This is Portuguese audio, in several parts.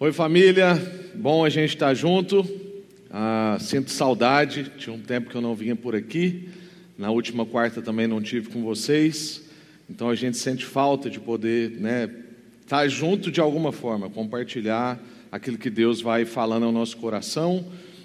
Oi, família, bom a gente estar junto. Sinto saudade, tinha um tempo que eu não vinha por aqui. Na última quarta também não tive com vocês. Então a gente sente falta de poder, estar junto de alguma forma, compartilhar aquilo que Deus vai falando ao nosso coração.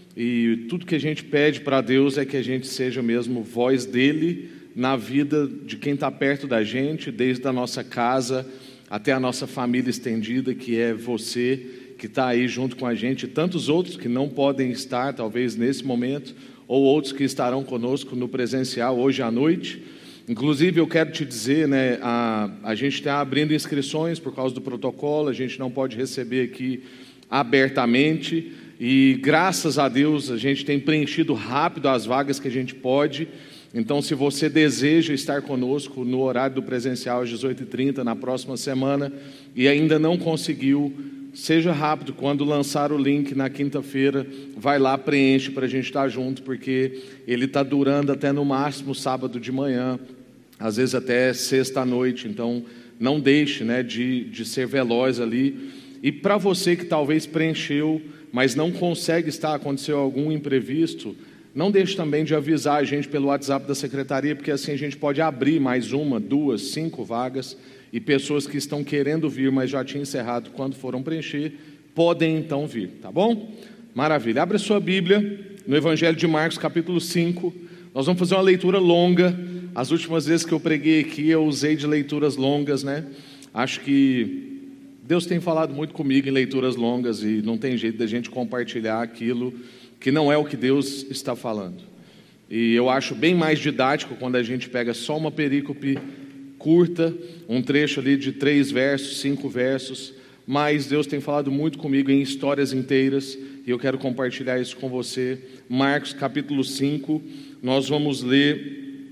E tudo que a gente pede para Deus é que a gente seja mesmo voz dele na vida de quem está perto da gente, desde a nossa casa até a nossa família estendida, que é você que está aí junto com a gente, e tantos outros que não podem estar, talvez, nesse momento, ou outros que estarão conosco no presencial hoje à noite. Inclusive, eu quero te dizer, a gente está abrindo inscrições por causa do protocolo, a gente não pode receber aqui abertamente, e graças a Deus a gente tem preenchido rápido as vagas que a gente pode. Então, se você deseja estar conosco no horário do presencial às 18h30 na próxima semana e ainda não conseguiu, seja rápido, quando lançar o link na quinta-feira, vai lá, preenche para a gente estar junto, porque ele está durando até no máximo sábado de manhã, às vezes até sexta à noite. Então não deixe de ser veloz ali. E para você que talvez preencheu, mas não consegue estar, aconteceu algum imprevisto, não deixe também de avisar a gente pelo WhatsApp da secretaria, porque assim a gente pode abrir mais 1, 2, 5 vagas, e pessoas que estão querendo vir, mas já tinham encerrado quando foram preencher, podem então vir, tá bom? Maravilha. Abra sua Bíblia no Evangelho de Marcos, capítulo 5. Nós vamos fazer uma leitura longa. As últimas vezes que eu preguei aqui, eu usei de leituras longas, Acho que Deus tem falado muito comigo em leituras longas, e não tem jeito da gente compartilhar aquilo que não é o que Deus está falando. E eu acho bem mais didático quando a gente pega só uma perícope curta, um trecho ali de 3 versos, 5 versos, mas Deus tem falado muito comigo em histórias inteiras, e eu quero compartilhar isso com você. Marcos capítulo 5, nós vamos ler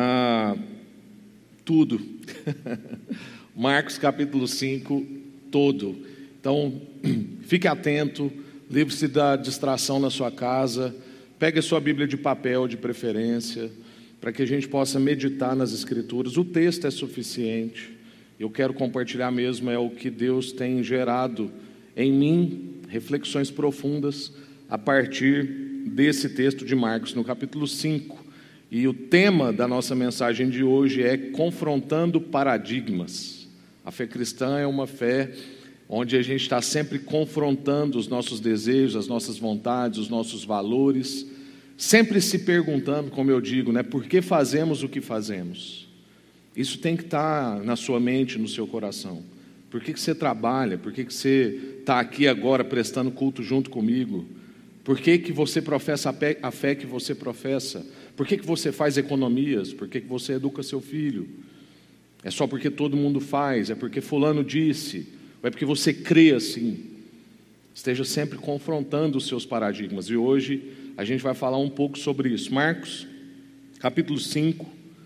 tudo. Marcos capítulo 5, todo. Então, fique atento, livre-se da distração na sua casa, pegue a sua Bíblia de papel de preferência, para que a gente possa meditar nas Escrituras. O texto é suficiente. Eu quero compartilhar mesmo o que Deus tem gerado em mim, reflexões profundas a partir desse texto de Marcos, no capítulo 5. E o tema da nossa mensagem de hoje é confrontando paradigmas. A fé cristã é uma fé onde a gente está sempre confrontando os nossos desejos, as nossas vontades, os nossos valores, sempre se perguntando, como eu digo, por que fazemos o que fazemos? Isso tem que estar na sua mente, no seu coração. Por que você trabalha? Por que você está aqui agora prestando culto junto comigo? Por que você professa a fé que você professa? Por que você faz economias? Por que você educa seu filho? É só porque todo mundo faz? É porque fulano disse? Ou é porque você crê assim? Esteja sempre confrontando os seus paradigmas. E hoje a gente vai falar um pouco sobre isso. Marcos, capítulo 5,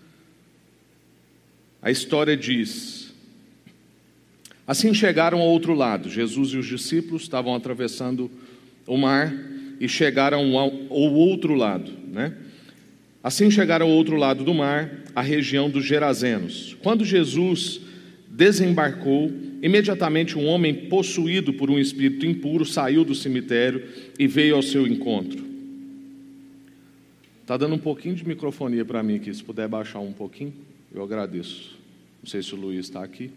a história diz: assim chegaram ao outro lado. Jesus e os discípulos estavam atravessando o mar e chegaram ao outro lado, Assim chegaram ao outro lado do mar, a região dos Gerazenos. Quando Jesus desembarcou, imediatamente um homem possuído por um espírito impuro saiu do cemitério e veio ao seu encontro. Está dando um pouquinho de microfonia para mim aqui, se puder baixar um pouquinho, eu agradeço. Não sei se o Luiz está aqui.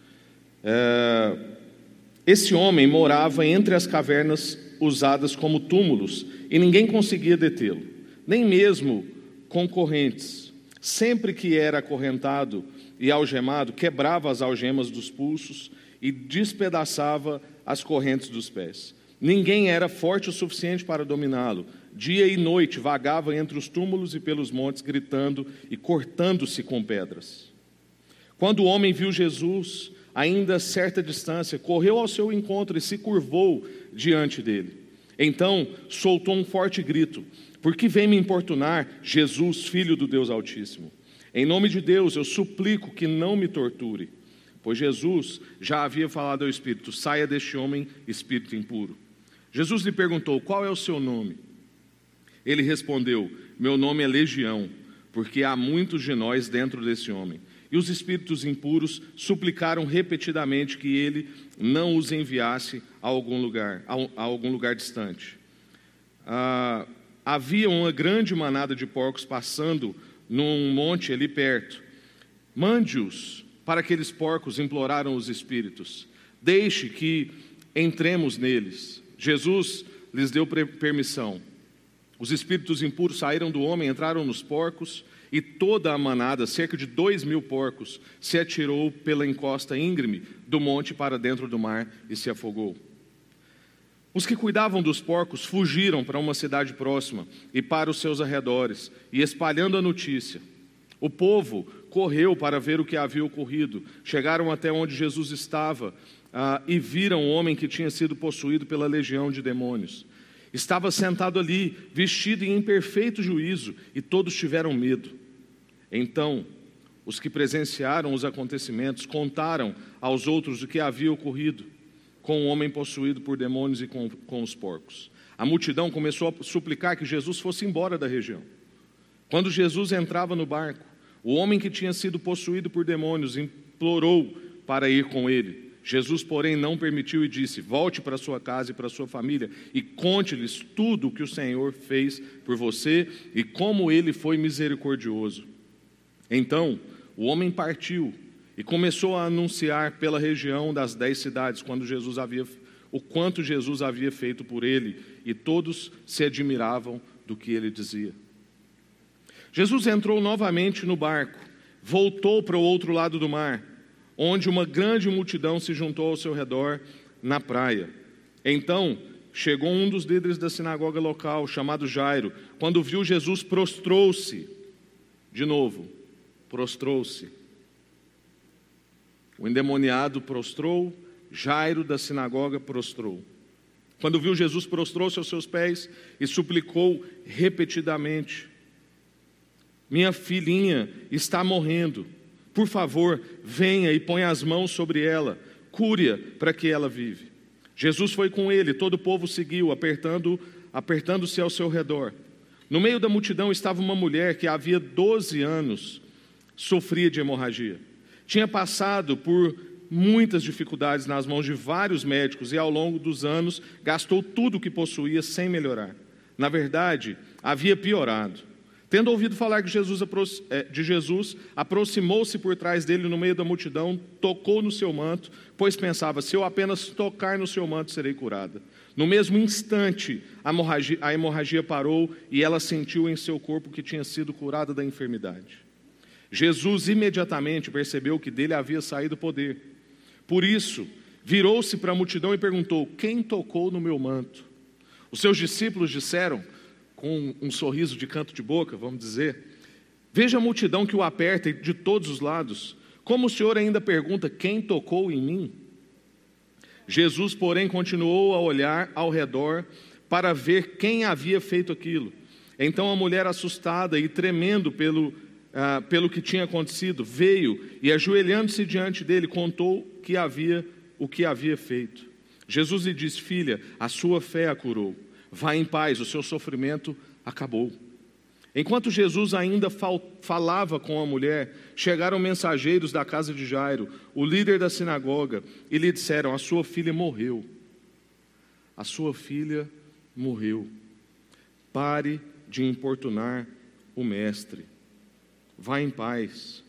Esse homem morava entre as cavernas usadas como túmulos e ninguém conseguia detê-lo, nem mesmo concorrentes. Sempre que era acorrentado e algemado, quebrava as algemas dos pulsos e despedaçava as correntes dos pés. Ninguém era forte o suficiente para dominá-lo. Dia e noite vagava entre os túmulos e pelos montes, gritando e cortando-se com pedras. Quando o homem viu Jesus, ainda a certa distância, correu ao seu encontro e se curvou diante dele. Então soltou um forte grito: por que vem me importunar, Jesus, Filho do Deus Altíssimo? Em nome de Deus, eu suplico que não me torture. Pois Jesus já havia falado ao espírito: saia deste homem, espírito impuro. Jesus lhe perguntou: qual é o seu nome? Ele respondeu: meu nome é Legião, porque há muitos de nós dentro desse homem. e os espíritos impuros suplicaram repetidamente que ele não os enviasse a algum lugar distante. Havia uma grande manada de porcos passando num monte ali perto. Mande-os para aqueles porcos, imploraram os espíritos. Deixe que entremos neles. Jesus lhes deu permissão. Os espíritos impuros saíram do homem, entraram nos porcos, e toda a manada, cerca de 2.000 porcos, se atirou pela encosta íngreme do monte para dentro do mar e se afogou. Os que cuidavam dos porcos fugiram para uma cidade próxima e para os seus arredores, e espalhando a notícia. O povo correu para ver o que havia ocorrido. Chegaram até onde Jesus estava e viram o homem que tinha sido possuído pela legião de demônios. Estava sentado ali, vestido e em perfeito juízo, e todos tiveram medo. Então, os que presenciaram os acontecimentos contaram aos outros o que havia ocorrido com o homem possuído por demônios e com os porcos. A multidão começou a suplicar que Jesus fosse embora da região. Quando Jesus entrava no barco, o homem que tinha sido possuído por demônios implorou para ir com ele. Jesus, porém, não permitiu e disse: volte para sua casa e para sua família e conte-lhes tudo o que o Senhor fez por você e como ele foi misericordioso. Então, o homem partiu e começou a anunciar pela região das 10 cidades o quanto Jesus havia feito por ele, e todos se admiravam do que ele dizia. Jesus entrou novamente no barco, voltou para o outro lado do mar, onde uma grande multidão se juntou ao seu redor na praia. Então, chegou um dos líderes da sinagoga local, chamado Jairo. Quando viu Jesus, prostrou-se. De novo, prostrou-se. O endemoniado prostrou, Jairo da sinagoga prostrou. Quando viu Jesus, prostrou-se aos seus pés e suplicou repetidamente: minha filhinha está morrendo. Por favor, venha e ponha as mãos sobre ela, cure-a para que ela vive. Jesus foi com ele, todo o povo seguiu, apertando-se ao seu redor. No meio da multidão estava uma mulher que havia 12 anos sofria de hemorragia. Tinha passado por muitas dificuldades nas mãos de vários médicos e ao longo dos anos gastou tudo o que possuía sem melhorar. Na verdade, havia piorado. Tendo ouvido falar de Jesus, aproximou-se por trás dele no meio da multidão, tocou no seu manto, pois pensava: se eu apenas tocar no seu manto, serei curada. No mesmo instante, a hemorragia parou e ela sentiu em seu corpo que tinha sido curada da enfermidade. Jesus imediatamente percebeu que dele havia saído poder. Por isso, virou-se para a multidão e perguntou: quem tocou no meu manto? Os seus discípulos disseram, com um sorriso de canto de boca, vamos dizer: veja a multidão que o aperta de todos os lados. Como o Senhor ainda pergunta: quem tocou em mim? Jesus, porém, continuou a olhar ao redor para ver quem havia feito aquilo. Então a mulher, assustada e tremendo pelo que tinha acontecido, veio e, ajoelhando-se diante dele, contou o que havia feito. Jesus lhe disse: filha, a sua fé a curou. Vá em paz, o seu sofrimento acabou. Enquanto Jesus ainda falava com a mulher, chegaram mensageiros da casa de Jairo, o líder da sinagoga, e lhe disseram: a sua filha morreu. A sua filha morreu. Pare de importunar o mestre. Vá em paz.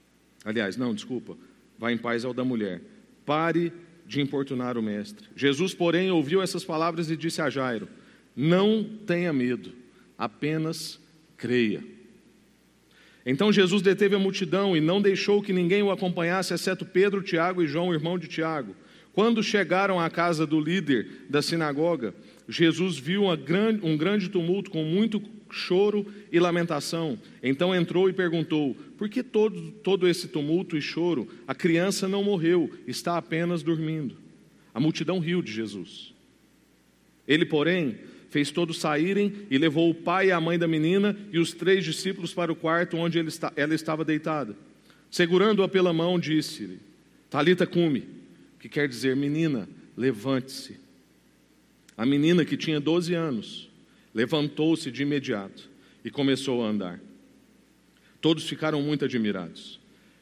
Vá em paz ao da mulher. Pare de importunar o mestre. Jesus, porém, ouviu essas palavras e disse a Jairo: não tenha medo, apenas creia. Então Jesus deteve a multidão e não deixou que ninguém o acompanhasse, exceto Pedro, Tiago e João, irmão de Tiago. Quando chegaram à casa do líder da sinagoga, Jesus viu um grande tumulto com muito choro e lamentação. Então entrou e perguntou: por que todo esse tumulto e choro? A criança não morreu, está apenas dormindo. A multidão riu de Jesus. Ele, porém, fez todos saírem e levou o pai e a mãe da menina e os 3 discípulos para o quarto onde ela estava deitada. Segurando-a pela mão, disse-lhe: Talita cumi, que quer dizer: menina, levante-se. A menina, que tinha 12 anos, levantou-se de imediato e começou a andar. Todos ficaram muito admirados.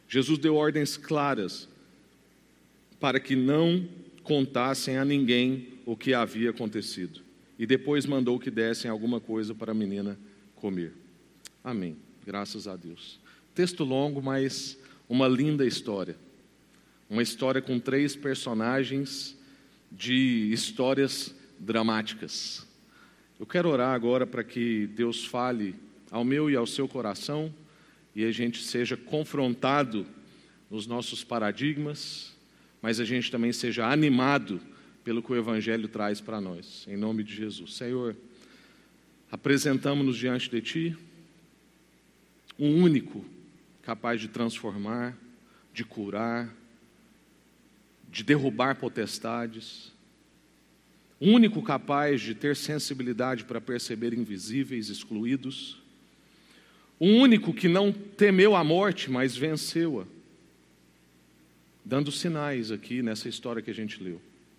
Jesus deu ordens claras para que não contassem a ninguém o que havia acontecido. E depois mandou que dessem alguma coisa para a menina comer. Amém. Graças a Deus. Texto longo, mas uma linda história. Uma história com 3 personagens de histórias dramáticas. Eu quero orar agora para que Deus fale ao meu e ao seu coração e a gente seja confrontado nos nossos paradigmas, mas a gente também seja animado pelo que o Evangelho traz para nós, em nome de Jesus. Senhor, apresentamos-nos diante de Ti, um único capaz de transformar, de curar, de derrubar potestades, o único capaz de ter sensibilidade para perceber invisíveis, excluídos, o único que não temeu a morte, mas venceu-a, dando sinais aqui nessa história que a gente leu.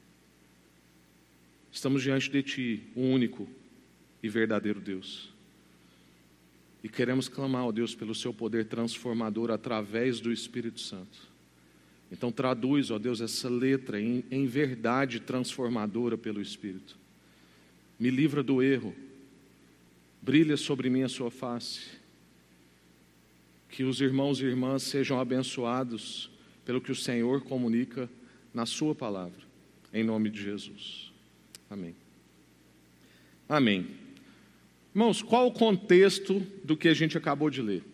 Estamos diante de Ti, o único e verdadeiro Deus. E queremos clamar, ó Deus, pelo Seu poder transformador através do Espírito Santo. Então traduz, ó Deus, essa letra em verdade transformadora pelo Espírito. Me livra do erro. Brilha sobre mim a Sua face. Que os irmãos e irmãs sejam abençoados pelo que o Senhor comunica na Sua palavra. Em nome de Jesus. Amém. Amém. Irmãos, qual o contexto do que a gente acabou de ler?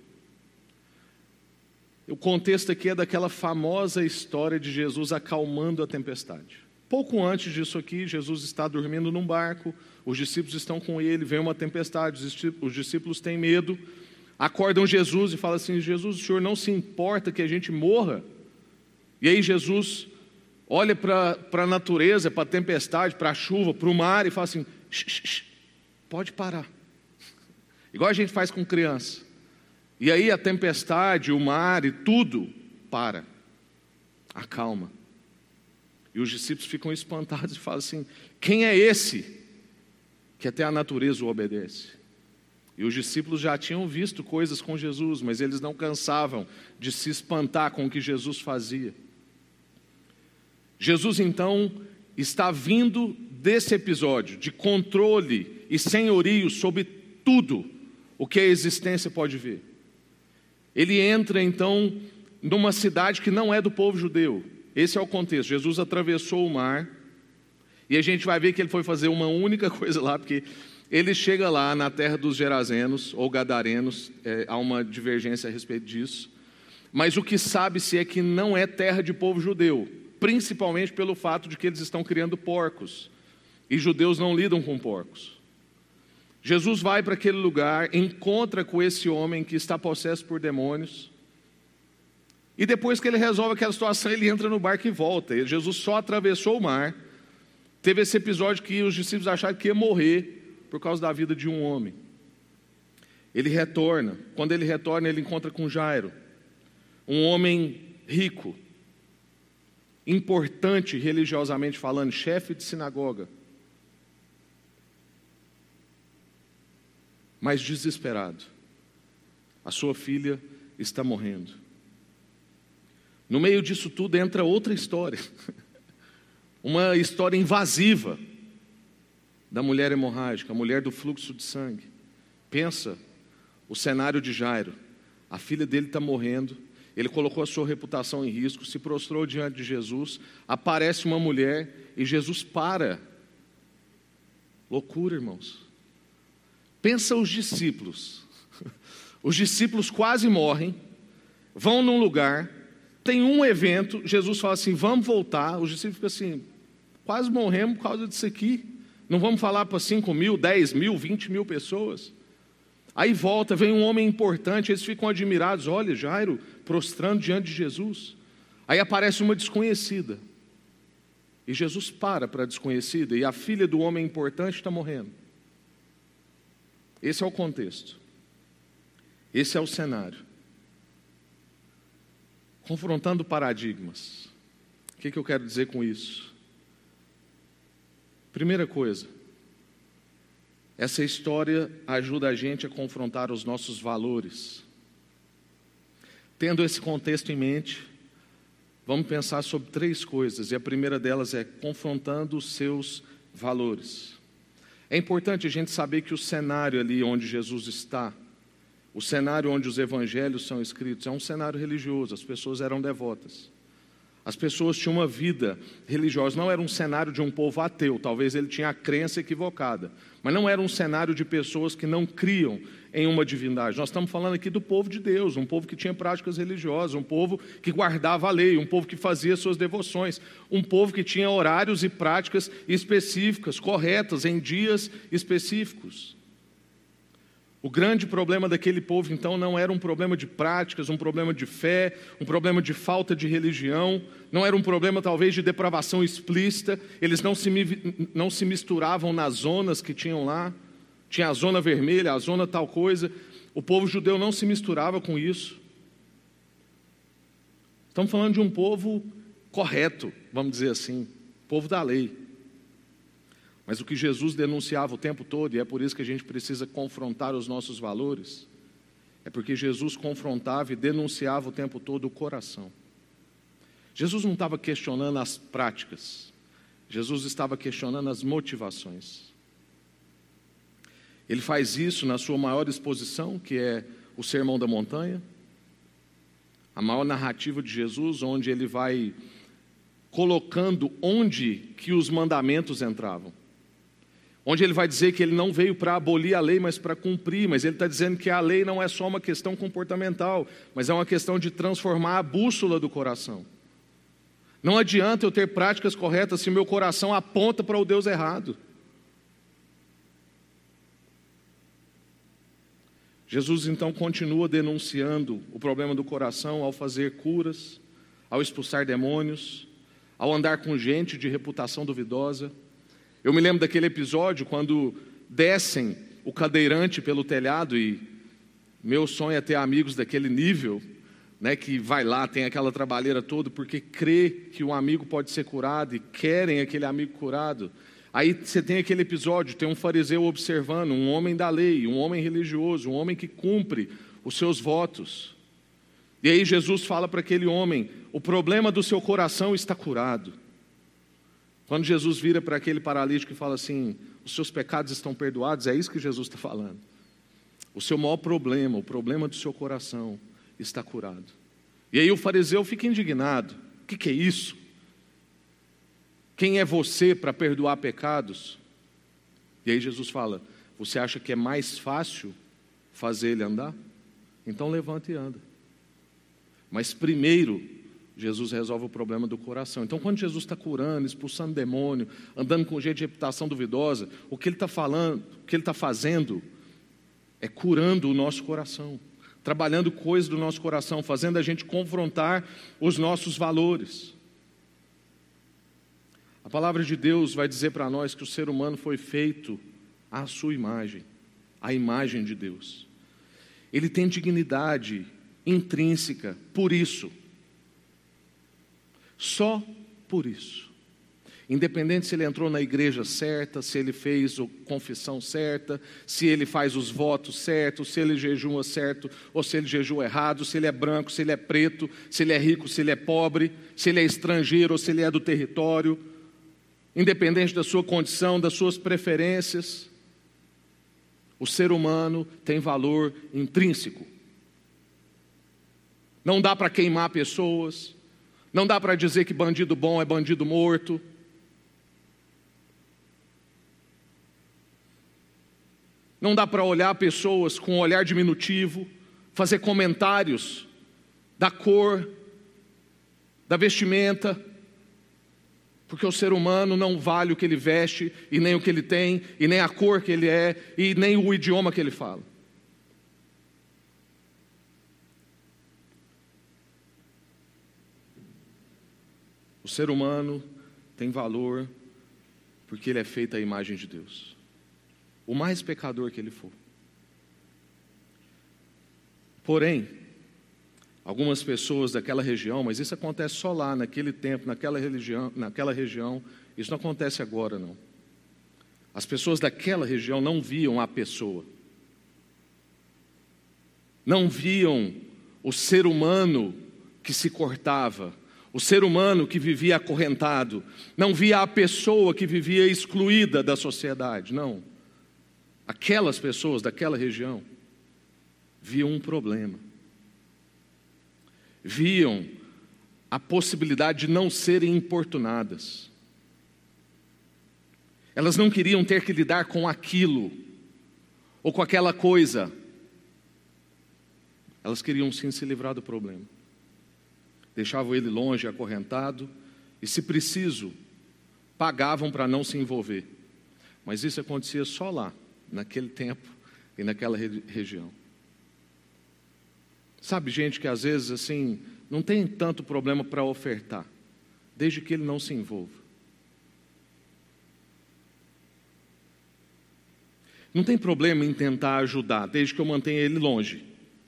O contexto aqui é daquela famosa história de Jesus acalmando a tempestade. Pouco antes disso aqui, Jesus está dormindo num barco, os discípulos estão com ele, vem uma tempestade, os discípulos têm medo, acordam Jesus e falam assim: Jesus, o Senhor não se importa que a gente morra? E aí Jesus olha para a natureza, para a tempestade, para a chuva, para o mar e fala assim: pode parar. Igual a gente faz com criança. E aí a tempestade, o mar e tudo para, acalma. E os discípulos ficam espantados e falam assim: quem é esse que até a natureza o obedece? E os discípulos já tinham visto coisas com Jesus, mas eles não cansavam de se espantar com o que Jesus fazia. Jesus então está vindo desse episódio de controle e senhorio sobre tudo o que a existência pode ver. Ele entra então numa cidade que não é do povo judeu. Esse é o contexto. Jesus atravessou o mar e a gente vai ver que ele foi fazer uma única coisa lá, porque ele chega lá na terra dos Gerazenos ou Gadarenos, há uma divergência a respeito disso, mas o que sabe-se é que não é terra de povo judeu, principalmente pelo fato de que eles estão criando porcos e judeus não lidam com porcos. Jesus vai para aquele lugar, encontra com esse homem que está possesso por demônios. E depois que ele resolve aquela situação, ele entra no barco e volta. Jesus só atravessou o mar. Teve esse episódio que os discípulos acharam que ia morrer por causa da vida de um homem. Ele retorna. Quando ele retorna, ele encontra com Jairo, um homem rico, importante religiosamente falando, chefe de sinagoga, mas desesperado. A sua filha está morrendo. No meio disso tudo entra outra história. Uma história invasiva da mulher hemorrágica, a mulher do fluxo de sangue. Pensa o cenário de Jairo. A filha dele está morrendo. Ele colocou a sua reputação em risco, se prostrou diante de Jesus. Aparece uma mulher e Jesus para. Loucura, irmãos. Pensa os discípulos. Os discípulos quase morrem, vão num lugar, tem um evento, Jesus fala assim: vamos voltar. Os discípulos ficam assim: quase morremos por causa disso aqui. Não vamos falar para 5 mil, 10 mil, 20 mil pessoas. Aí volta, vem um homem importante, eles ficam admirados. Olha, Jairo prostrando diante de Jesus. Aí aparece uma desconhecida. E Jesus para a desconhecida, e a filha do homem importante está morrendo. Esse é o contexto. Esse é o cenário. Confrontando paradigmas. O que eu quero dizer com isso? Primeira coisa, essa história ajuda a gente a confrontar os nossos valores. Tendo esse contexto em mente, vamos pensar sobre 3 coisas, e a primeira delas é confrontando os seus valores. É importante a gente saber que o cenário ali onde Jesus está, o cenário onde os evangelhos são escritos, é um cenário religioso, as pessoas eram devotas. As pessoas tinham uma vida religiosa, não era um cenário de um povo ateu, talvez ele tinha a crença equivocada, mas não era um cenário de pessoas que não criam em uma divindade. Nós estamos falando aqui do povo de Deus, um povo que tinha práticas religiosas, um povo que guardava a lei, um povo que fazia suas devoções, um povo que tinha horários e práticas específicas, corretas, em dias específicos. O grande problema daquele povo, então, não era um problema de práticas, um problema de fé, um problema de falta de religião, não era um problema, talvez, de depravação explícita, eles não se misturavam nas zonas que tinham lá, tinha a zona vermelha, a zona tal coisa, o povo judeu não se misturava com isso. Estamos falando de um povo correto, vamos dizer assim, povo da lei. Mas o que Jesus denunciava o tempo todo, e é por isso que a gente precisa confrontar os nossos valores, é porque Jesus confrontava e denunciava o tempo todo o coração. Jesus não estava questionando as práticas, Jesus estava questionando as motivações. Ele faz isso na sua maior exposição, que é o Sermão da Montanha, a maior narrativa de Jesus, onde ele vai colocando onde que os mandamentos entravam. Onde ele vai dizer que ele não veio para abolir a lei, mas para cumprir. Mas ele está dizendo que a lei não é só uma questão comportamental, mas é uma questão de transformar a bússola do coração. Não adianta eu ter práticas corretas se meu coração aponta para o Deus errado. Jesus então continua denunciando o problema do coração ao fazer curas, ao expulsar demônios, ao andar com gente de reputação duvidosa. Eu me lembro daquele episódio quando descem o cadeirante pelo telhado, e meu sonho é ter amigos daquele nível, né, que vai lá, tem aquela trabalheira toda, porque crê que um amigo pode ser curado e querem aquele amigo curado. Aí você tem aquele episódio, tem um fariseu observando, um homem da lei, um homem religioso, um homem que cumpre os seus votos. E aí Jesus fala para aquele homem, o problema do seu coração está curado. Quando Jesus vira para aquele paralítico e fala assim, os seus pecados estão perdoados, é isso que Jesus está falando. O seu maior problema, o problema do seu coração está curado. E aí o fariseu fica indignado, o que é isso? Quem é você para perdoar pecados? E aí Jesus fala, você acha que é mais fácil fazer ele andar? Então levanta e anda. Mas primeiro, Jesus resolve o problema do coração. Então, quando Jesus está curando, expulsando demônio, andando com gente de reputação duvidosa, o que ele está falando, o que ele está fazendo é curando o nosso coração, trabalhando coisas do nosso coração, fazendo a gente confrontar os nossos valores. A palavra de Deus vai dizer para nós que o ser humano foi feito à sua imagem, à imagem de Deus. Ele tem dignidade intrínseca, por isso. Só por isso. Independente se ele entrou na igreja certa, se ele fez a confissão certa, se ele faz os votos certos, se ele jejua certo ou se ele jejua errado, se ele é branco, se ele é preto, se ele é rico, se ele é pobre, se ele é estrangeiro ou se ele é do território, independente da sua condição, das suas preferências, o ser humano tem valor intrínseco. Não dá para queimar pessoas, não dá para dizer que bandido bom é bandido morto. Não dá para olhar pessoas com um olhar diminutivo, fazer comentários da cor, da vestimenta, porque o ser humano não vale o que ele veste, e nem o que ele tem, e nem a cor que ele é, e nem o idioma que ele fala. O ser humano tem valor porque ele é feito à imagem de Deus. O mais pecador que ele for. Porém, algumas pessoas daquela região, mas isso acontece só lá, naquele tempo, naquela região, isso não acontece agora, não. As pessoas daquela região não viam a pessoa. Não viam o ser humano que se cortava, o ser humano que vivia acorrentado, não via a pessoa que vivia excluída da sociedade, não. Aquelas pessoas daquela região viam um problema. Viam a possibilidade de não serem importunadas. Elas não queriam ter que lidar com aquilo, ou com aquela coisa. Elas queriam sim se livrar do problema. Deixavam ele longe, acorrentado, e se preciso, pagavam para não se envolver. Mas isso acontecia só lá, naquele tempo e naquela região. Sabe, gente que às vezes assim, não tem tanto problema para ofertar, desde que ele não se envolva. Não tem problema em tentar ajudar, desde que eu mantenha ele longe.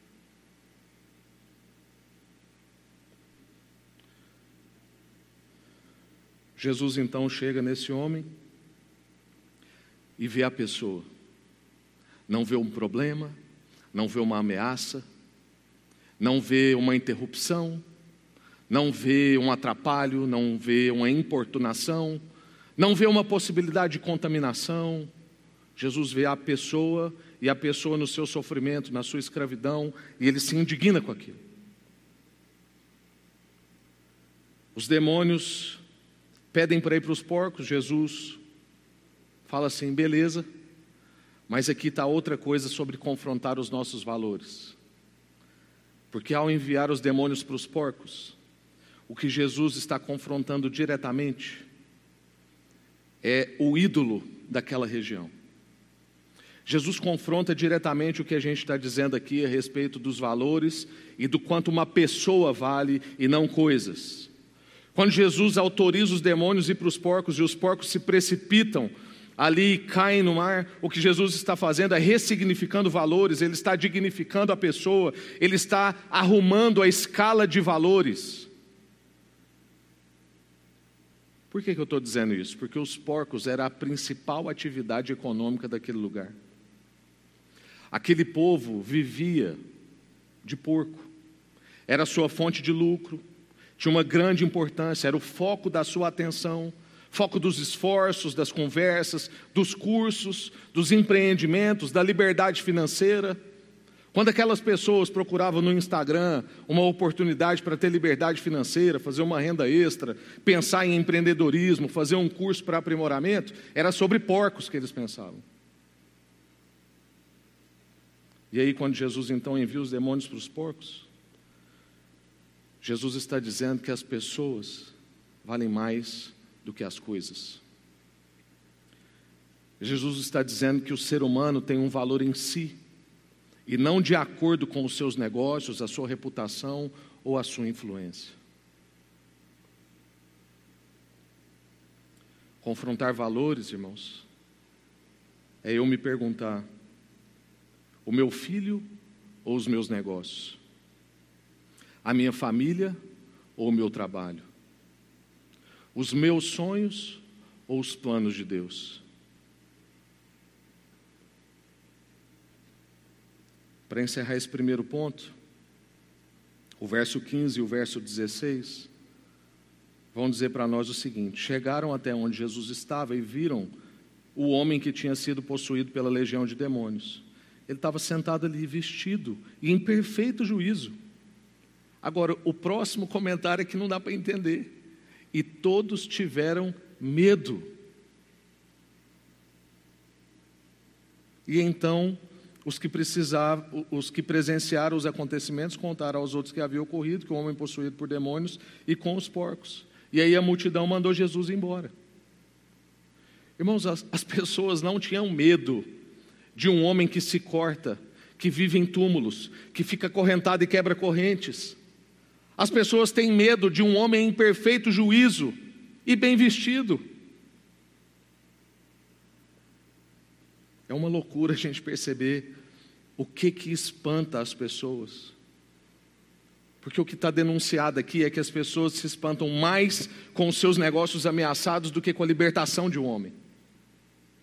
Jesus então chega nesse homem e vê a pessoa. Não vê um problema, não vê uma ameaça, não vê uma interrupção, não vê um atrapalho, não vê uma importunação, não vê uma possibilidade de contaminação. Jesus vê a pessoa e a pessoa no seu sofrimento, na sua escravidão, e ele se indigna com aquilo. Os demônios pedem para ir para os porcos. Jesus fala assim, beleza, mas aqui está outra coisa sobre confrontar os nossos valores. Porque ao enviar os demônios para os porcos, o que Jesus está confrontando diretamente é o ídolo daquela região. Jesus confronta diretamente o que a gente está dizendo aqui a respeito dos valores e do quanto uma pessoa vale e não coisas. Quando Jesus autoriza os demônios a ir para os porcos e os porcos se precipitam ali e caem no mar, o que Jesus está fazendo é ressignificando valores, ele está dignificando a pessoa, ele está arrumando a escala de valores. Por que eu estou dizendo isso? Porque os porcos era a principal atividade econômica daquele lugar. Aquele povo vivia de porco, era a sua fonte de lucro, tinha uma grande importância, era o foco da sua atenção, foco dos esforços, das conversas, dos cursos, dos empreendimentos, da liberdade financeira. Quando aquelas pessoas procuravam no Instagram uma oportunidade para ter liberdade financeira, fazer uma renda extra, pensar em empreendedorismo, fazer um curso para aprimoramento, era sobre porcos que eles pensavam. E aí quando Jesus então envia os demônios para os porcos, Jesus está dizendo que as pessoas valem mais do que as coisas. Jesus está dizendo que o ser humano tem um valor em si, e não de acordo com os seus negócios, a sua reputação ou a sua influência. Confrontar valores, irmãos, é eu me perguntar, o meu filho ou os meus negócios? A minha família ou o meu trabalho? Os meus sonhos ou os planos de Deus? Para encerrar esse primeiro ponto, o verso 15 e o verso 16 vão dizer para nós o seguinte: chegaram até onde Jesus estava e viram o homem que tinha sido possuído pela legião de demônios. Ele estava sentado ali, vestido e em perfeito juízo. Agora, o próximo comentário é que não dá para entender. E todos tiveram medo. E então, os que presenciaram os acontecimentos contaram aos outros que havia ocorrido, que o homem possuído por demônios e com os porcos. E aí a multidão mandou Jesus embora. Irmãos, as pessoas não tinham medo de um homem que se corta, que vive em túmulos, que fica acorrentado e quebra correntes. As pessoas têm medo de um homem em perfeito juízo e bem vestido. É uma loucura a gente perceber o que espanta as pessoas. Porque o que está denunciado aqui é que as pessoas se espantam mais com os seus negócios ameaçados do que com a libertação de um homem.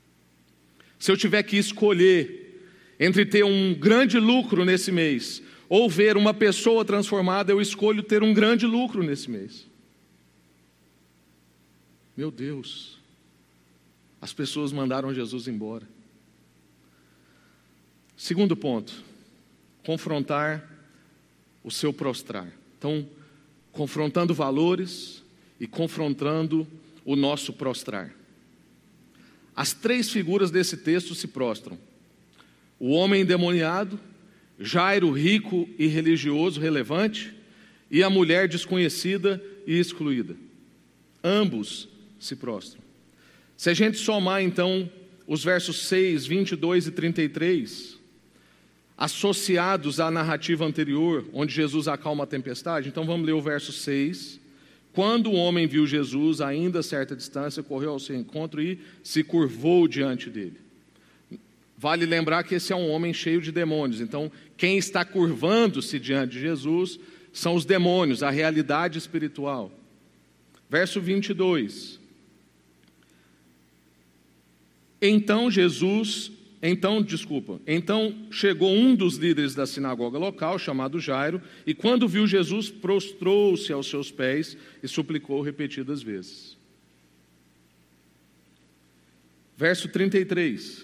Se eu tiver que escolher entre ter um grande lucro nesse mês ou ver uma pessoa transformada, eu escolho ter um grande lucro nesse mês. Meu Deus, as pessoas mandaram Jesus embora. Segundo ponto, confrontar o seu prostrar. Então, confrontando valores e confrontando o nosso prostrar. As três figuras desse texto se prostram. O homem endemoniado, Jairo, rico e religioso relevante, e a mulher desconhecida e excluída. Ambos se prostram. Se a gente somar então os versos 6, 22 e 33, associados à narrativa anterior, onde Jesus acalma a tempestade, então vamos ler o verso 6. Quando o homem viu Jesus, ainda a certa distância, correu ao seu encontro e se curvou diante dele. Vale lembrar que esse é um homem cheio de demônios. Então, quem está curvando-se diante de Jesus são os demônios, a realidade espiritual. Verso 22. Então chegou um dos líderes da sinagoga local, chamado Jairo, e quando viu Jesus, prostrou-se aos seus pés e suplicou repetidas vezes. Verso 33.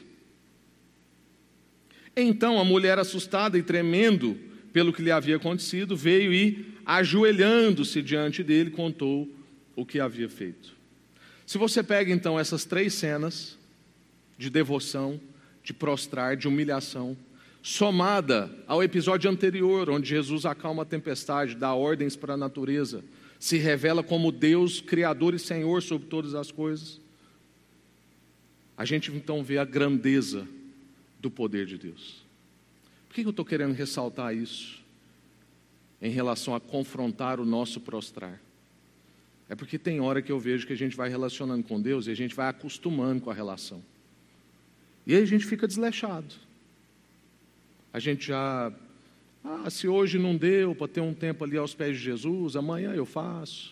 Então a mulher, assustada e tremendo pelo que lhe havia acontecido, veio e, ajoelhando-se diante dele, contou o que havia feito. Se você pega então essas três cenas de devoção, de prostrar, de humilhação, somada ao episódio anterior, onde Jesus acalma a tempestade, dá ordens para a natureza, se revela como Deus, Criador e Senhor sobre todas as coisas, a gente então vê a grandeza do poder de Deus. Por que eu estou querendo ressaltar isso em relação a confrontar o nosso prostrar? É porque tem hora que eu vejo que a gente vai relacionando com Deus e a gente vai acostumando com a relação. E aí a gente fica desleixado. A gente já, se hoje não deu para ter um tempo ali aos pés de Jesus, amanhã eu faço.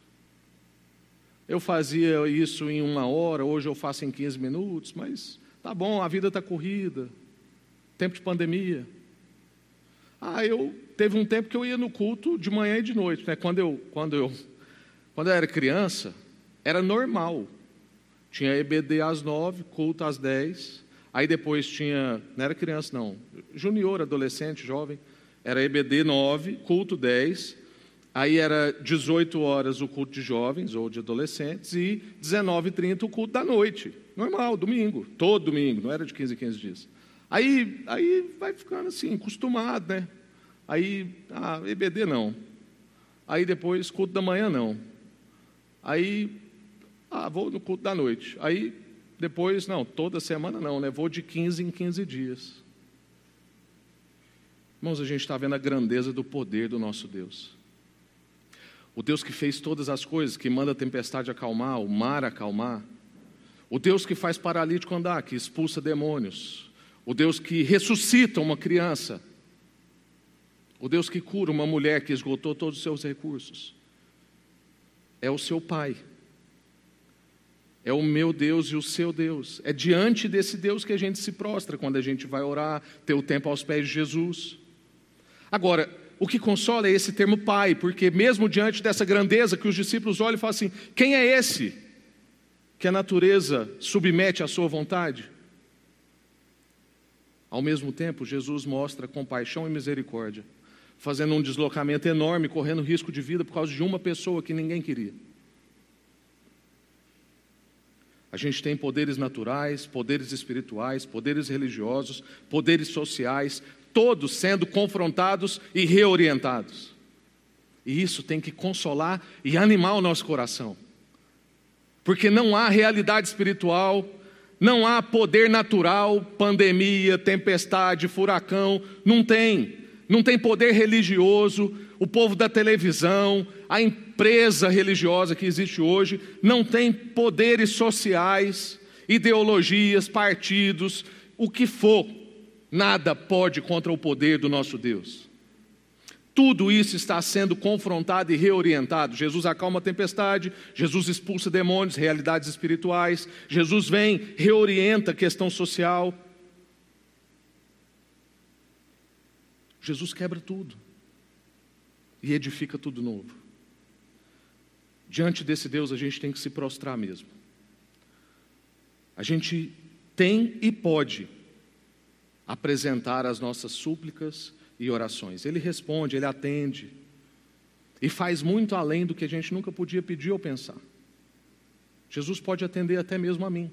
Eu fazia isso em 1 hora, hoje eu faço em 15 minutos, mas tá bom, a vida está corrida, tempo de pandemia. Teve um tempo que eu ia no culto de manhã e de noite, né? Quando eu era criança, era normal. Tinha EBD às 9, culto às 10. Aí depois tinha, não era criança não, junior, adolescente, jovem, era EBD 9, culto 10. Aí era 18 horas o culto de jovens ou de adolescentes e 19h30 o culto da noite. Normal, domingo, todo domingo, não era de 15 em 15 dias. Aí vai ficando assim, acostumado, né? Aí, EBD não. Aí depois, culto da manhã não. Aí, vou no culto da noite. Aí depois, não, toda semana não, né? Vou de 15 em 15 dias. Irmãos, a gente está vendo a grandeza do poder do nosso Deus. O Deus que fez todas as coisas, que manda a tempestade acalmar, o mar acalmar. O Deus que faz paralítico andar, que expulsa demônios. O Deus que ressuscita uma criança. O Deus que cura uma mulher que esgotou todos os seus recursos. É o seu Pai. É o meu Deus e o seu Deus. É diante desse Deus que a gente se prostra quando a gente vai orar, ter o tempo aos pés de Jesus. Agora, o que consola é esse termo Pai, porque mesmo diante dessa grandeza que os discípulos olham e falam assim, quem é esse que a natureza submete à sua vontade? Ao mesmo tempo, Jesus mostra compaixão e misericórdia, fazendo um deslocamento enorme, correndo risco de vida por causa de uma pessoa que ninguém queria. A gente tem poderes naturais, poderes espirituais, poderes religiosos, poderes sociais, todos sendo confrontados e reorientados. E isso tem que consolar e animar o nosso coração. Porque não há realidade espiritual, não há poder natural, pandemia, tempestade, furacão, não tem. Não tem poder religioso, o povo da televisão, a empresa religiosa que existe hoje, não tem poderes sociais, ideologias, partidos, o que for, nada pode contra o poder do nosso Deus. Tudo isso está sendo confrontado e reorientado. Jesus acalma a tempestade, Jesus expulsa demônios, realidades espirituais, Jesus vem, reorienta a questão social. Jesus quebra tudo e edifica tudo novo. Diante desse Deus a gente tem que se prostrar mesmo. A gente tem e pode apresentar as nossas súplicas e orações. Ele responde, Ele atende e faz muito além do que a gente nunca podia pedir ou pensar. Jesus pode atender até mesmo a mim.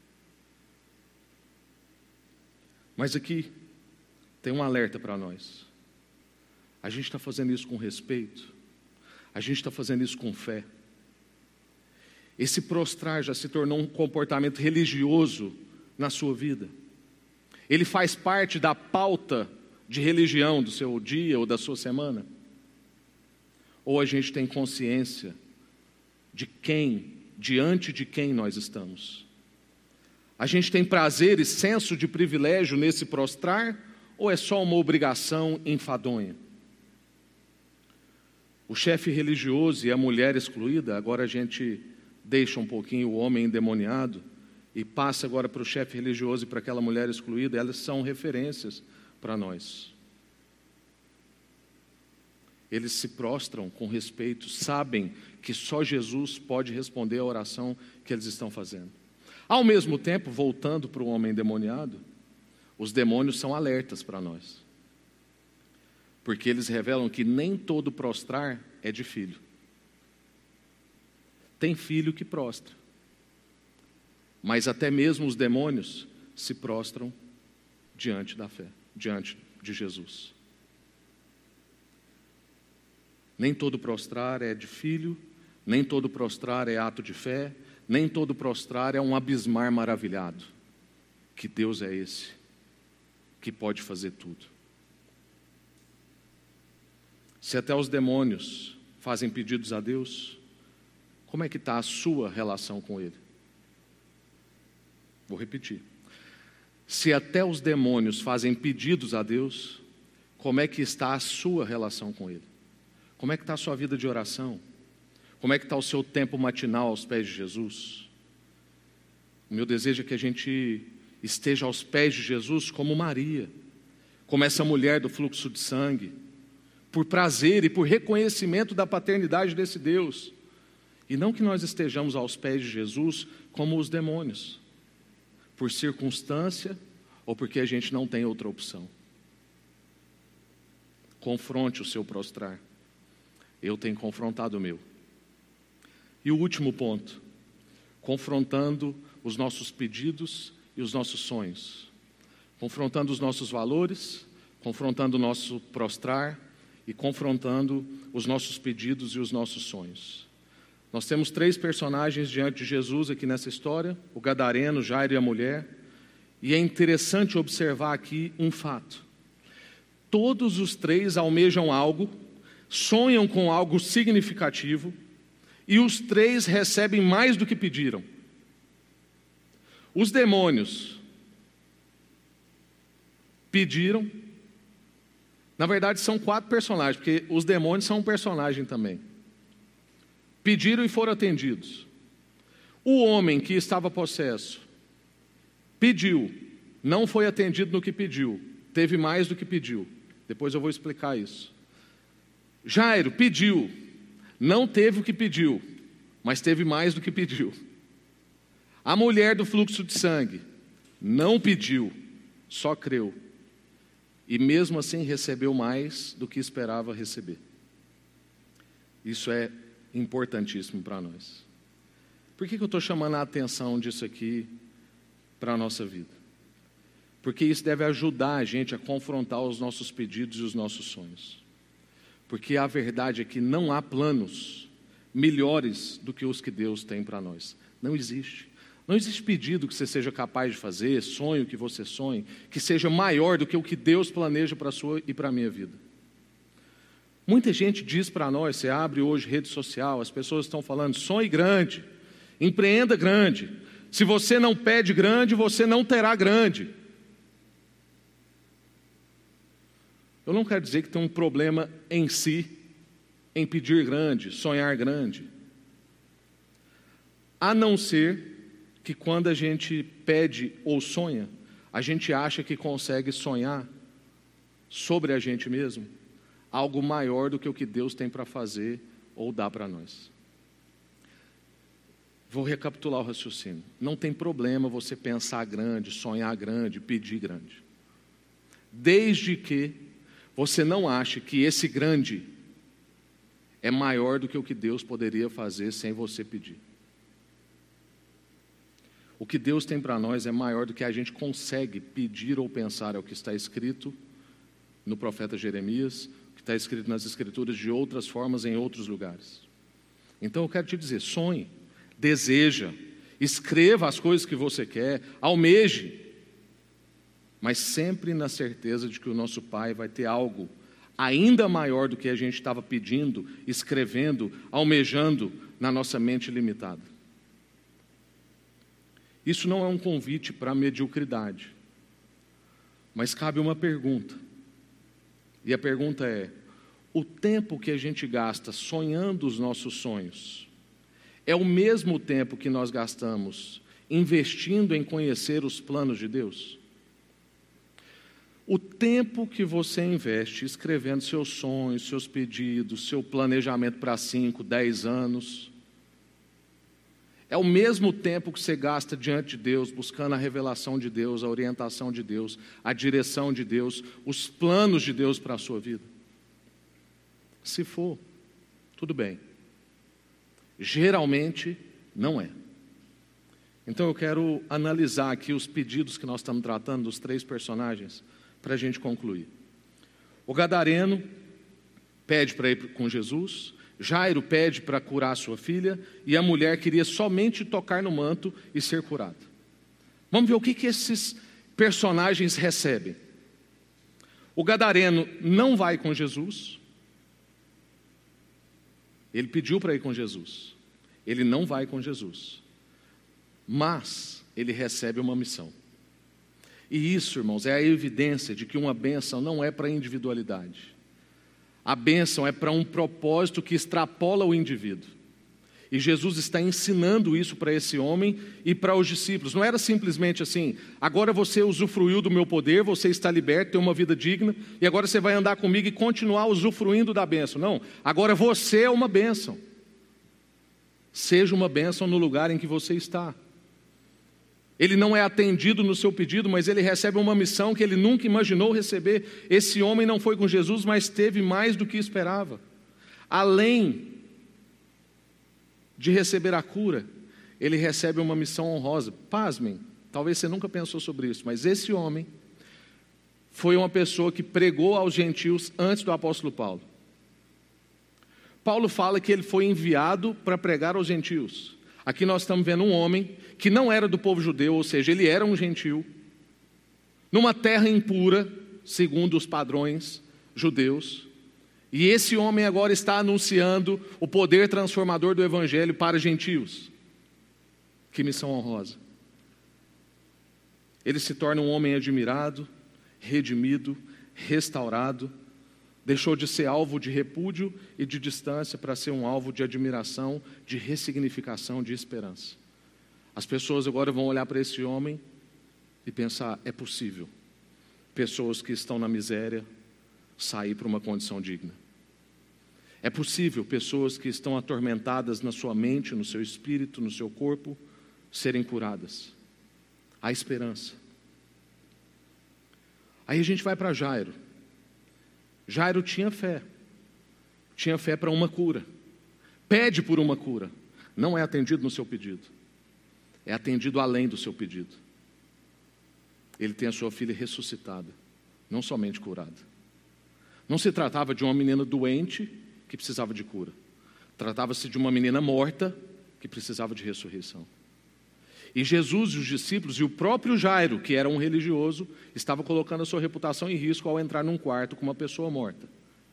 Mas aqui tem um alerta para nós. A gente está fazendo isso com respeito, a gente está fazendo isso com fé. Esse prostrar já se tornou um comportamento religioso na sua vida. Ele faz parte da pauta de religião do seu dia ou da sua semana. Ou a gente tem consciência de quem, diante de quem nós estamos. A gente tem prazer e senso de privilégio nesse prostrar, ou é só uma obrigação enfadonha? O chefe religioso e a mulher excluída, agora a gente deixa um pouquinho o homem endemoniado e passa agora para o chefe religioso e para aquela mulher excluída, elas são referências para nós. Eles se prostram com respeito, sabem que só Jesus pode responder à oração que eles estão fazendo. Ao mesmo tempo, voltando para o homem endemoniado, os demônios são alertas para nós. Porque eles revelam que nem todo prostrar é de filho. Tem filho que prostra. Mas até mesmo os demônios se prostram diante da fé, diante de Jesus. Nem todo prostrar é de filho, nem todo prostrar é ato de fé, nem todo prostrar é um abismar maravilhado. Que Deus é esse que pode fazer tudo. Se até os demônios fazem pedidos a Deus, como é que está a sua relação com Ele? Vou repetir. Se até os demônios fazem pedidos a Deus, como é que está a sua relação com Ele? Como é que está a sua vida de oração? Como é que está o seu tempo matinal aos pés de Jesus? O meu desejo é que a gente esteja aos pés de Jesus como Maria, como essa mulher do fluxo de sangue, por prazer e por reconhecimento da paternidade desse Deus. E não que nós estejamos aos pés de Jesus como os demônios, por circunstância ou porque a gente não tem outra opção. Confronte o seu prostrar. Eu tenho confrontado o meu. E o último ponto, confrontando os nossos pedidos e os nossos sonhos. Confrontando os nossos valores, confrontando o nosso prostrar e confrontando os nossos pedidos e os nossos sonhos. Nós temos 3 personagens diante de Jesus aqui nessa história, o gadareno, Jairo e a mulher, e é interessante observar aqui um fato. Todos os 3 almejam algo, sonham com algo significativo, e os 3 recebem mais do que pediram. Os demônios pediram, na verdade são 4 personagens, porque os demônios são um personagem também. Pediram e foram atendidos. O homem que estava possesso pediu, não foi atendido no que pediu, teve mais do que pediu. Depois eu vou explicar isso. Jairo pediu, não teve o que pediu, mas teve mais do que pediu. A mulher do fluxo de sangue não pediu, só creu. E mesmo assim recebeu mais do que esperava receber. Isso é importantíssimo para nós. Por que eu estou chamando a atenção disso aqui para a nossa vida? Porque isso deve ajudar a gente a confrontar os nossos pedidos e os nossos sonhos. Porque a verdade é que não há planos melhores do que os que Deus tem para nós. Não existe. Não existe pedido que você seja capaz de fazer, sonho que você sonhe, que seja maior do que o que Deus planeja para a sua e para a minha vida. Muita gente diz para nós, você abre hoje rede social, as pessoas estão falando, sonhe grande, empreenda grande. Se você não pede grande, você não terá grande. Eu não quero dizer que tem um problema em si, em pedir grande, sonhar grande. A não ser que quando a gente pede ou sonha, a gente acha que consegue sonhar sobre a gente mesmo algo maior do que o que Deus tem para fazer ou dar para nós. Vou recapitular o raciocínio. Não tem problema você pensar grande, sonhar grande, pedir grande. Desde que você não ache que esse grande é maior do que o que Deus poderia fazer sem você pedir. O que Deus tem para nós é maior do que a gente consegue pedir ou pensar, é o que está escrito no profeta Jeremias, o que está escrito nas Escrituras de outras formas em outros lugares. Então eu quero te dizer, sonhe, deseja, escreva as coisas que você quer, almeje, mas sempre na certeza de que o nosso Pai vai ter algo ainda maior do que a gente estava pedindo, escrevendo, almejando na nossa mente limitada. Isso não é um convite para a mediocridade, mas cabe uma pergunta. E a pergunta é: o tempo que a gente gasta sonhando os nossos sonhos é o mesmo tempo que nós gastamos investindo em conhecer os planos de Deus? O tempo que você investe escrevendo seus sonhos, seus pedidos, seu planejamento para 5, 10 anos, é o mesmo tempo que você gasta diante de Deus, buscando a revelação de Deus, a orientação de Deus, a direção de Deus, os planos de Deus para a sua vida? Se for, tudo bem. Geralmente, não é. Então eu quero analisar aqui os pedidos que nós estamos tratando, dos 3 personagens, para a gente concluir. O gadareno pede para ir com Jesus, Jairo pede para curar sua filha, e a mulher queria somente tocar no manto e ser curada. Vamos ver o que esses personagens recebem. O gadareno não vai com Jesus. Ele pediu para ir com Jesus. Ele não vai com Jesus. Mas ele recebe uma missão. E isso, irmãos, é a evidência de que uma bênção não é para a individualidade. A bênção é para um propósito que extrapola o indivíduo. E Jesus está ensinando isso para esse homem e para os discípulos. Não era simplesmente assim: agora você usufruiu do meu poder, você está liberto, tem uma vida digna, e agora você vai andar comigo e continuar usufruindo da bênção. Não, agora você é uma bênção. Seja uma bênção no lugar em que você está. Ele não é atendido no seu pedido, mas ele recebe uma missão que ele nunca imaginou receber. Esse homem não foi com Jesus, mas teve mais do que esperava. Além de receber a cura, ele recebe uma missão honrosa. Pasmem, talvez você nunca pensou sobre isso, mas esse homem foi uma pessoa que pregou aos gentios antes do apóstolo Paulo. Paulo fala que ele foi enviado para pregar aos gentios. Aqui nós estamos vendo um homem que não era do povo judeu, ou seja, ele era um gentil, numa terra impura, segundo os padrões judeus, e esse homem agora está anunciando o poder transformador do evangelho para gentios. Que missão honrosa! Ele se torna um homem admirado, redimido, restaurado, deixou de ser alvo de repúdio e de distância para ser um alvo de admiração, de ressignificação, de esperança. As pessoas agora vão olhar para esse homem e pensar: é possível pessoas que estão na miséria sair para uma condição digna. É possível pessoas que estão atormentadas na sua mente, no seu espírito, no seu corpo, serem curadas. Há esperança. Aí a gente vai para Jairo. Jairo tinha fé para uma cura, pede por uma cura, não é atendido no seu pedido, é atendido além do seu pedido. Ele tem a sua filha ressuscitada, não somente curada. Não se tratava de uma menina doente que precisava de cura, tratava-se de uma menina morta que precisava de ressurreição. E Jesus e os discípulos e o próprio Jairo, que era um religioso, estava colocando a sua reputação em risco ao entrar num quarto com uma pessoa morta.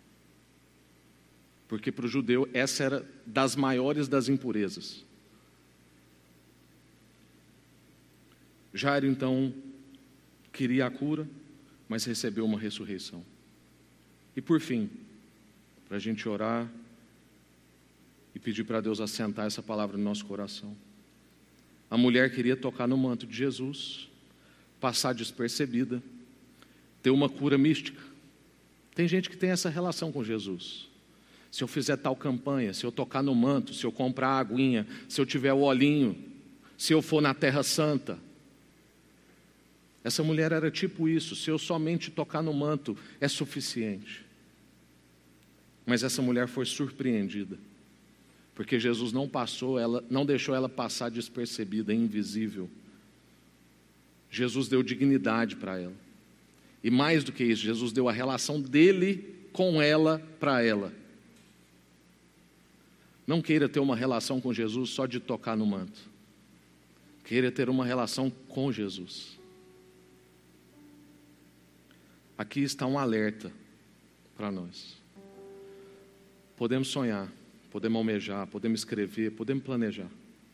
Porque para o judeu essa era das maiores das impurezas. Jairo então queria a cura, mas recebeu uma ressurreição. E por fim, para a gente orar e pedir para Deus assentar essa palavra no nosso coração. A mulher queria tocar no manto de Jesus, passar despercebida, ter uma cura mística. Tem gente que tem essa relação com Jesus. Se eu fizer tal campanha, se eu tocar no manto, se eu comprar a aguinha, se eu tiver o olhinho, se eu for na Terra Santa. Essa mulher era tipo isso, se eu somente tocar no manto é suficiente. Mas essa mulher foi surpreendida, porque Jesus não deixou ela passar despercebida, invisível. Jesus deu dignidade para ela. E mais do que isso, Jesus deu a relação dele com ela para ela. Não queira ter uma relação com Jesus só de tocar no manto. Queira ter uma relação com Jesus. Aqui está um alerta para nós. Podemos sonhar, podemos almejar, podemos escrever, podemos planejar.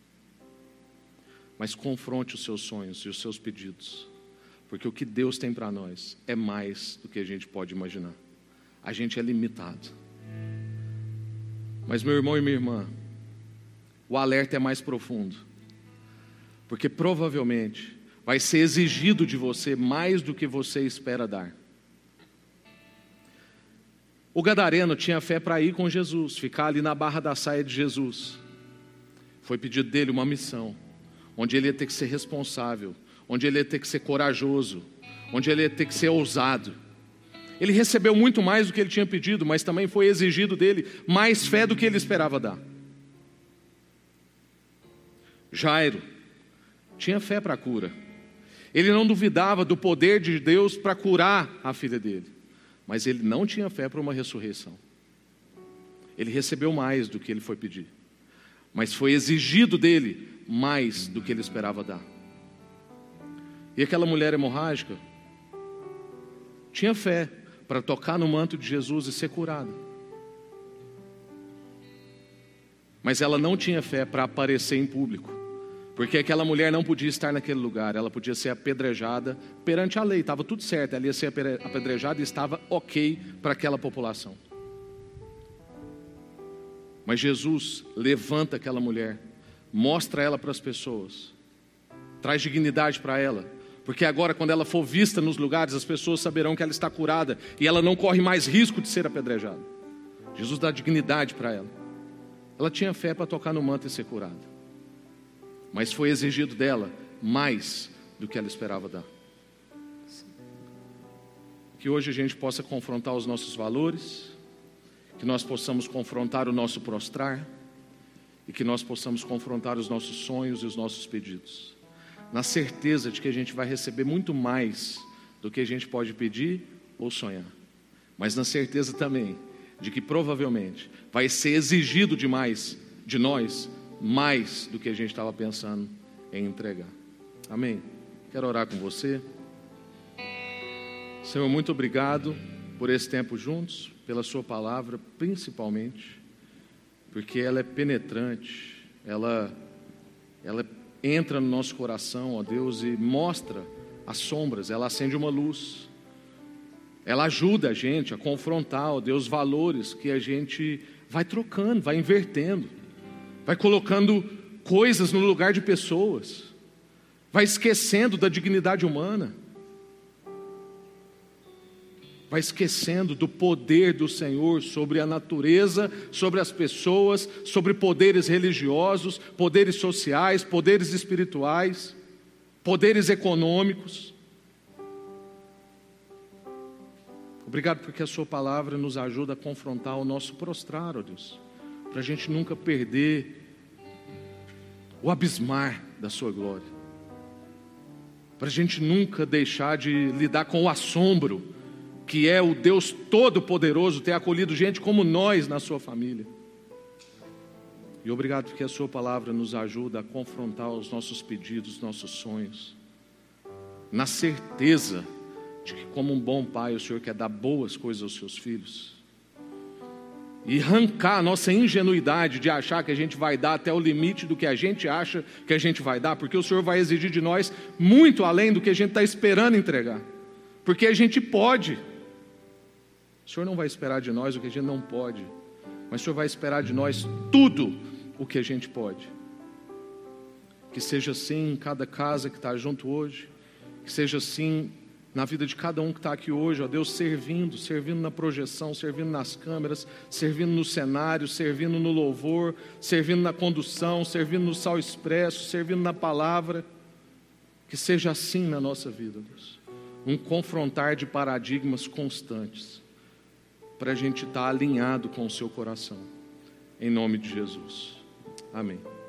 Mas confronte os seus sonhos e os seus pedidos. Porque o que Deus tem para nós é mais do que a gente pode imaginar. A gente é limitado. Mas meu irmão e minha irmã, o alerta é mais profundo. Porque provavelmente vai ser exigido de você mais do que você espera dar. O gadareno tinha fé para ir com Jesus, ficar ali na barra da saia de Jesus. Foi pedido dele uma missão, onde ele ia ter que ser responsável, onde ele ia ter que ser corajoso, onde ele ia ter que ser ousado. Ele recebeu muito mais do que ele tinha pedido, mas também foi exigido dele mais fé do que ele esperava dar. Jairo tinha fé para a cura. Ele não duvidava do poder de Deus para curar a filha dele. Mas ele não tinha fé para uma ressurreição. Ele recebeu mais do que ele foi pedir. Mas foi exigido dele mais do que ele esperava dar. E aquela mulher hemorrágica tinha fé para tocar no manto de Jesus e ser curada. Mas ela não tinha fé para aparecer em público. Porque aquela mulher não podia estar naquele lugar, ela podia ser apedrejada perante a lei, estava tudo certo, ela ia ser apedrejada e estava ok para aquela população. Mas Jesus levanta aquela mulher, mostra ela para as pessoas, traz dignidade para ela, porque agora quando ela for vista nos lugares, as pessoas saberão que ela está curada e ela não corre mais risco de ser apedrejada. Jesus dá dignidade para ela. Ela tinha fé para tocar no manto e ser curada. Mas foi exigido dela mais do que ela esperava dar. Que hoje a gente possa confrontar os nossos valores, que nós possamos confrontar o nosso prostrar, e que nós possamos confrontar os nossos sonhos e os nossos pedidos, na certeza de que a gente vai receber muito mais do que a gente pode pedir ou sonhar, mas na certeza também de que provavelmente vai ser exigido demais de nós, mais do que a gente estava pensando em entregar. Amém? Quero orar com você. Senhor, muito obrigado por esse tempo juntos, pela sua palavra, principalmente, porque ela é penetrante, ela entra no nosso coração, ó Deus, e mostra as sombras, ela acende uma luz, ela ajuda a gente a confrontar, ó Deus, valores que a gente vai trocando, vai invertendo, vai colocando coisas no lugar de pessoas, vai esquecendo da dignidade humana, vai esquecendo do poder do Senhor sobre a natureza, sobre as pessoas, sobre poderes religiosos, poderes sociais, poderes espirituais, poderes econômicos. Obrigado porque a sua palavra nos ajuda a confrontar o nosso prostrar, ó Deus, para a gente nunca perder o abismar da sua glória, para a gente nunca deixar de lidar com o assombro que é o Deus Todo-Poderoso ter acolhido gente como nós na sua família. E obrigado porque a sua palavra nos ajuda a confrontar os nossos pedidos, nossos sonhos, na certeza de que como um bom pai o Senhor quer dar boas coisas aos seus filhos, e arrancar a nossa ingenuidade de achar que a gente vai dar até o limite do que a gente acha que a gente vai dar, porque o Senhor vai exigir de nós muito além do que a gente está esperando entregar, porque a gente pode. O Senhor não vai esperar de nós o que a gente não pode, mas o Senhor vai esperar de nós tudo o que a gente pode. Que seja assim em cada casa que está junto hoje, que seja assim na vida de cada um que está aqui hoje, ó Deus, servindo na projeção, servindo nas câmeras, servindo no cenário, servindo no louvor, servindo na condução, servindo no Sal Expresso, servindo na palavra. Que seja assim na nossa vida, Deus. Um confrontar de paradigmas constantes, para a gente estar alinhado com o seu coração. Em nome de Jesus. Amém.